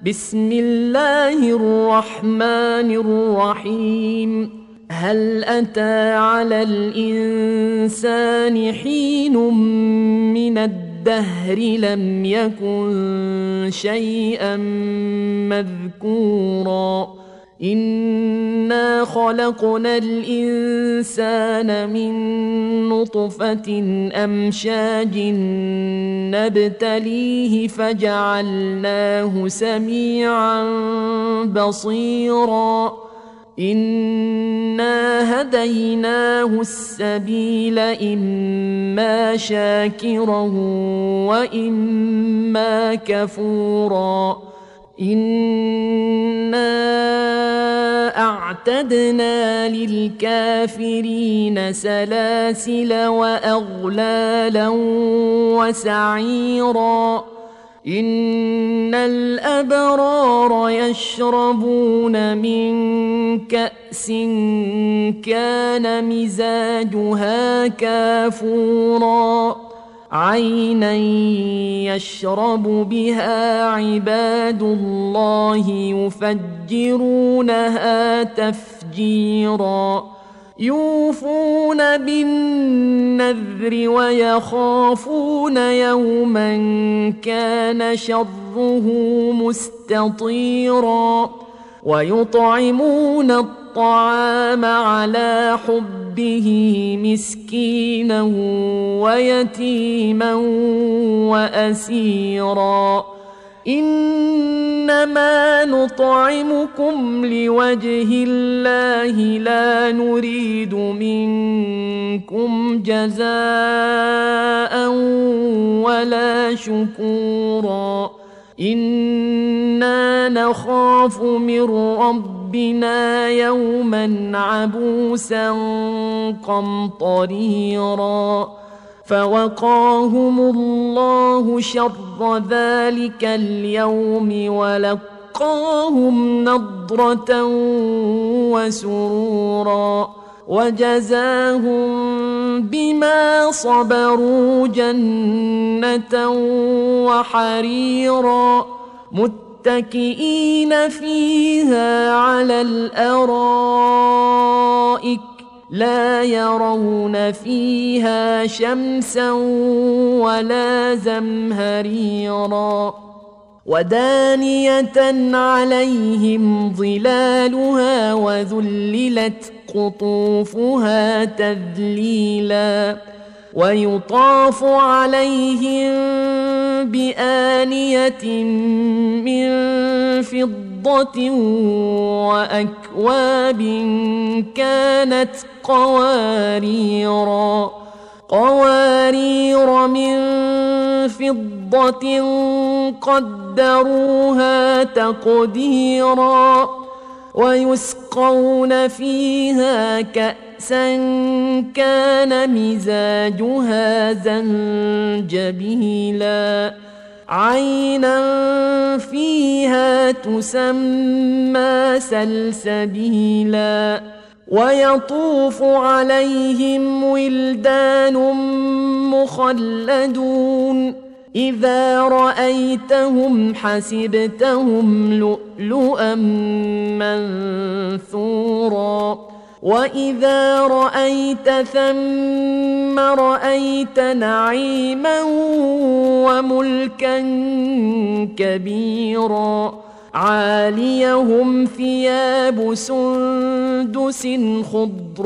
بسم الله الرحمن الرحيم. هل أتى على الإنسان حين من الدهر لم يكن شيئا مذكورا إنا خلقنا الإنسان من نطفة أمشاج نبتليه فجعلناه سميعا بصيرا إنا هديناه السبيل إما شاكرا وإما كفورا إنا أعتدنا للكافرين سلاسل وأغلالا وسعيرا إن الأبرار يشربون من كأس كان مزاجها كافورا عينا يشرب بها عباد الله يفجرونها تفجيرا يوفون بالنذر ويخافون يوما كان شره مستطيرا ويطعمون الطعام على حبه مسكينا ويتيما وأسيرا إنما نطعمكم لوجه الله لا نريد منكم جزاء ولا شكورا إنا نخاف من ربنا يوما عبوسا قمطريرا فوقاهم الله شر ذلك اليوم ولقاهم نضرة وسرورا وجزاهم بما صبروا جنة وحريرا متكئين فيها على الأرائك لا يرون فيها شمسا ولا زمهريرا ودانية عليهم ظلالها وذللت قطوفها تذليلا ويطاف عليهم بآنية من فضة وأكواب كانت قوارير من فضة قدروها تقديرا ويسقون فيها كأسا كان مزاجها زنجبيلا عينا فيها تسمى سلسبيلا ويطوف عليهم ولدان مخلدون إذا رأيتهم حسبتهم لؤلؤا منثورا وإذا رأيت ثم رأيت نعيما وملكا كبيرا عاليهم ثياب سندس خضر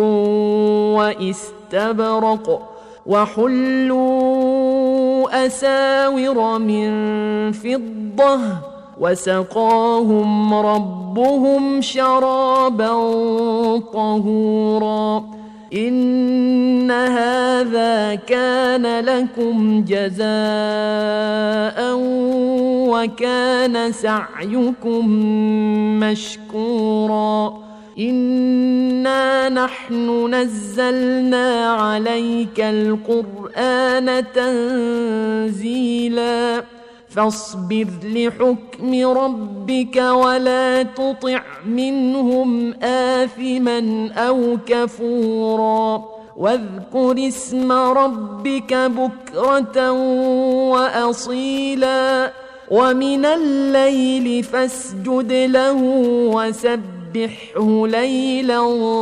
واستبرق وحلوا أساور من فضة وسقاهم ربهم شرابا طهورا إن هذا كان لكم جزاء وكان سعيكم مشكورا إنا نحن نزلنا عليك القرآن تنزيلا فاصبر لحكم ربك ولا تطع منهم آثما أو كفورا واذكر اسم ربك بكرة وأصيلا ومن الليل فاسجد له وسبحه ليلا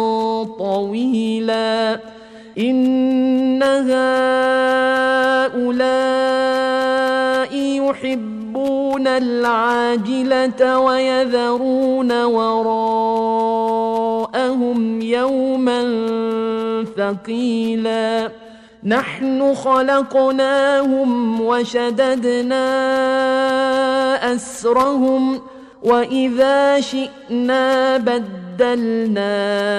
طويلا إن هؤلاء يحبون العاجلة ويذرون وراءهم يوما ثقيلا نحن خلقناهم وشددنا أسرهم وإذا شئنا بدلنا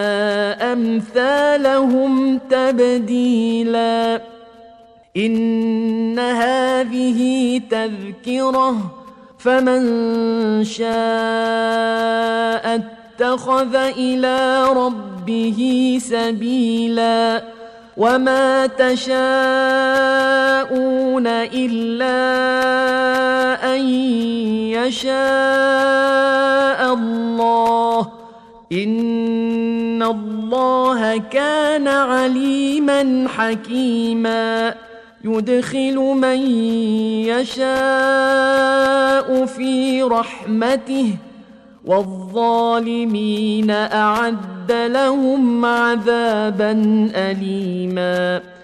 أمثالهم تبديلا إن هذه تذكرة فمن شاء اتخذ إلى ربه سبيلا وما تشاءون إلا أن يشاء الله إن الله كان عليما حكيما يدخل من يشاء في رحمته والظالمين أعد لهم عذابا أليما